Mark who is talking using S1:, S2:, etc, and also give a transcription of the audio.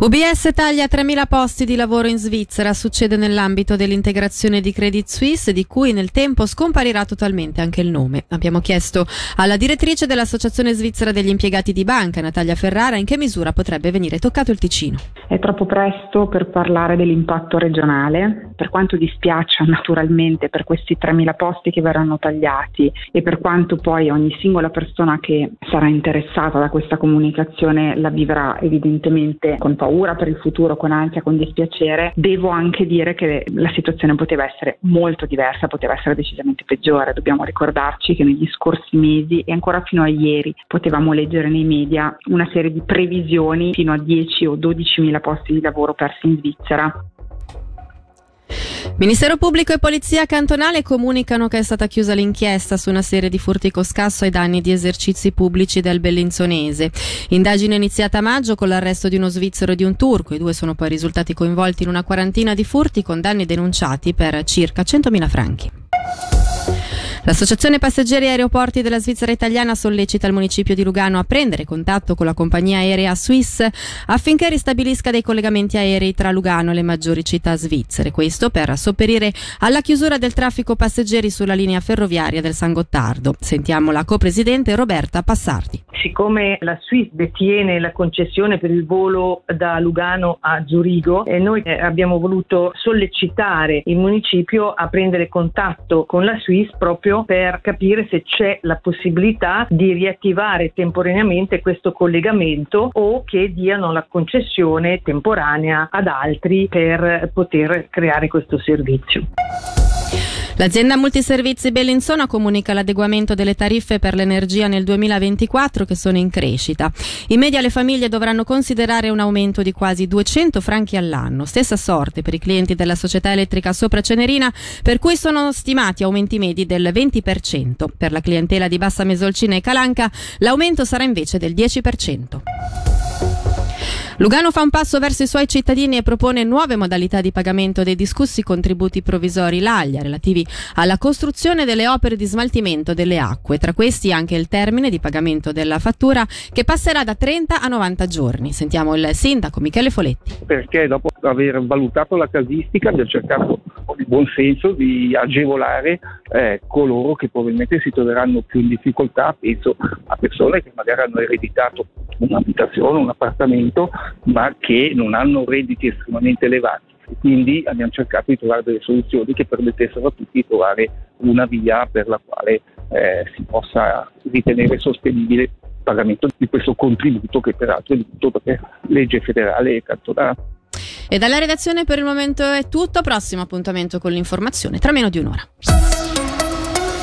S1: UBS taglia 3.000 posti di lavoro in Svizzera. Succede nell'ambito dell'integrazione di Credit Suisse, di cui nel tempo scomparirà totalmente anche il nome. Abbiamo chiesto alla direttrice dell'Associazione Svizzera degli Impiegati di Banca, Natalia Ferrara, in che misura potrebbe venire toccato il Ticino.
S2: È troppo presto per parlare dell'impatto regionale, per quanto dispiaccia naturalmente per questi 3.000 posti che verranno tagliati e per quanto poi ogni singola persona che sarà interessata da questa comunicazione la vivrà evidentemente con paura per il futuro, con ansia, con dispiacere. Devo anche dire che la situazione poteva essere molto diversa, poteva essere decisamente peggiore. Dobbiamo ricordarci che negli scorsi mesi e ancora fino a ieri potevamo leggere nei media una serie di previsioni fino a 10 o 12.000 posti di lavoro persi in Svizzera.
S1: Ministero Pubblico e Polizia Cantonale comunicano che è stata chiusa l'inchiesta su una serie di furti con scasso ai danni di esercizi pubblici del Bellinzonese. Indagine iniziata a maggio con l'arresto di uno svizzero e di un turco. I due sono poi risultati coinvolti in una quarantina di furti con danni denunciati per circa 100.000 franchi. L'Associazione Passeggeri e Aeroporti della Svizzera Italiana sollecita il municipio di Lugano a prendere contatto con la compagnia aerea Swiss affinché ristabilisca dei collegamenti aerei tra Lugano e le maggiori città svizzere. Questo per sopperire alla chiusura del traffico passeggeri sulla linea ferroviaria del San Gottardo. Sentiamo la copresidente Roberta Passardi.
S3: Siccome la Swiss detiene la concessione per il volo da Lugano a Zurigo, noi abbiamo voluto sollecitare il municipio a prendere contatto con la Swiss proprio per capire se c'è la possibilità di riattivare temporaneamente questo collegamento o che diano la concessione temporanea ad altri per poter creare questo servizio.
S1: L'azienda multiservizi Bellinzona comunica l'adeguamento delle tariffe per l'energia nel 2024 che sono in crescita. In media le famiglie dovranno considerare un aumento di quasi 200 franchi all'anno. Stessa sorte per i clienti della società elettrica Sopra Cenerina, per cui sono stimati aumenti medi del 20%. Per la clientela di Bassa Mesolcina e Calanca l'aumento sarà invece del 10%. Lugano fa un passo verso i suoi cittadini e propone nuove modalità di pagamento dei discussi contributi provvisori LAGlia relativi alla costruzione delle opere di smaltimento delle acque. Tra questi anche il termine di pagamento della fattura che passerà da 30 a 90 giorni. Sentiamo il sindaco Michele Foletti.
S4: Perché dopo aver valutato la casistica abbiamo cercato di buon senso di agevolare coloro che probabilmente si troveranno più in difficoltà. Penso a persone che magari hanno ereditato un'abitazione, un appartamento, ma che non hanno redditi estremamente elevati. Quindi abbiamo cercato di trovare delle soluzioni che permettessero a tutti di trovare una via per la quale si possa ritenere sostenibile il pagamento di questo contributo, che peraltro è dovuto per legge federale e cantonale.
S1: E dalla redazione per il momento è tutto. Prossimo appuntamento con l'informazione tra meno di un'ora.